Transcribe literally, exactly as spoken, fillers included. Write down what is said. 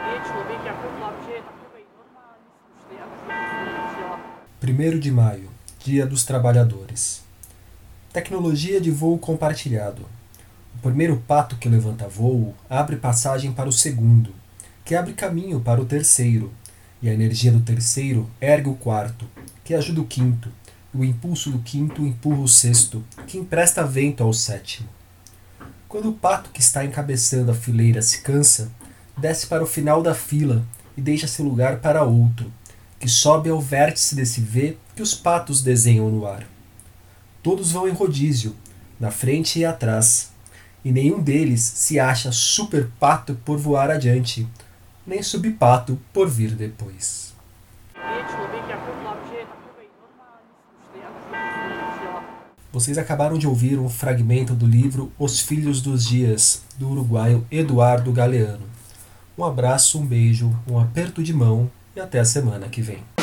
Primeiro de maio, Dia dos Trabalhadores. Tecnologia de voo compartilhado. O primeiro pato que levanta voo abre passagem para o segundo, que abre caminho para o terceiro, e a energia do terceiro ergue o quarto, que ajuda o quinto, e o impulso do quinto empurra o sexto, que empresta vento ao sétimo. Quando o pato que está encabeçando a fileira se cansa, desce para o final da fila e deixa seu lugar para outro, que sobe ao vértice desse V que os patos desenham no ar. Todos vão em rodízio, na frente e atrás, e nenhum deles se acha super pato por voar adiante, nem subpato por vir depois. Vocês acabaram de ouvir um fragmento do livro Os Filhos dos Dias, do uruguaio Eduardo Galeano. Um abraço, um beijo, um aperto de mão e até a semana que vem.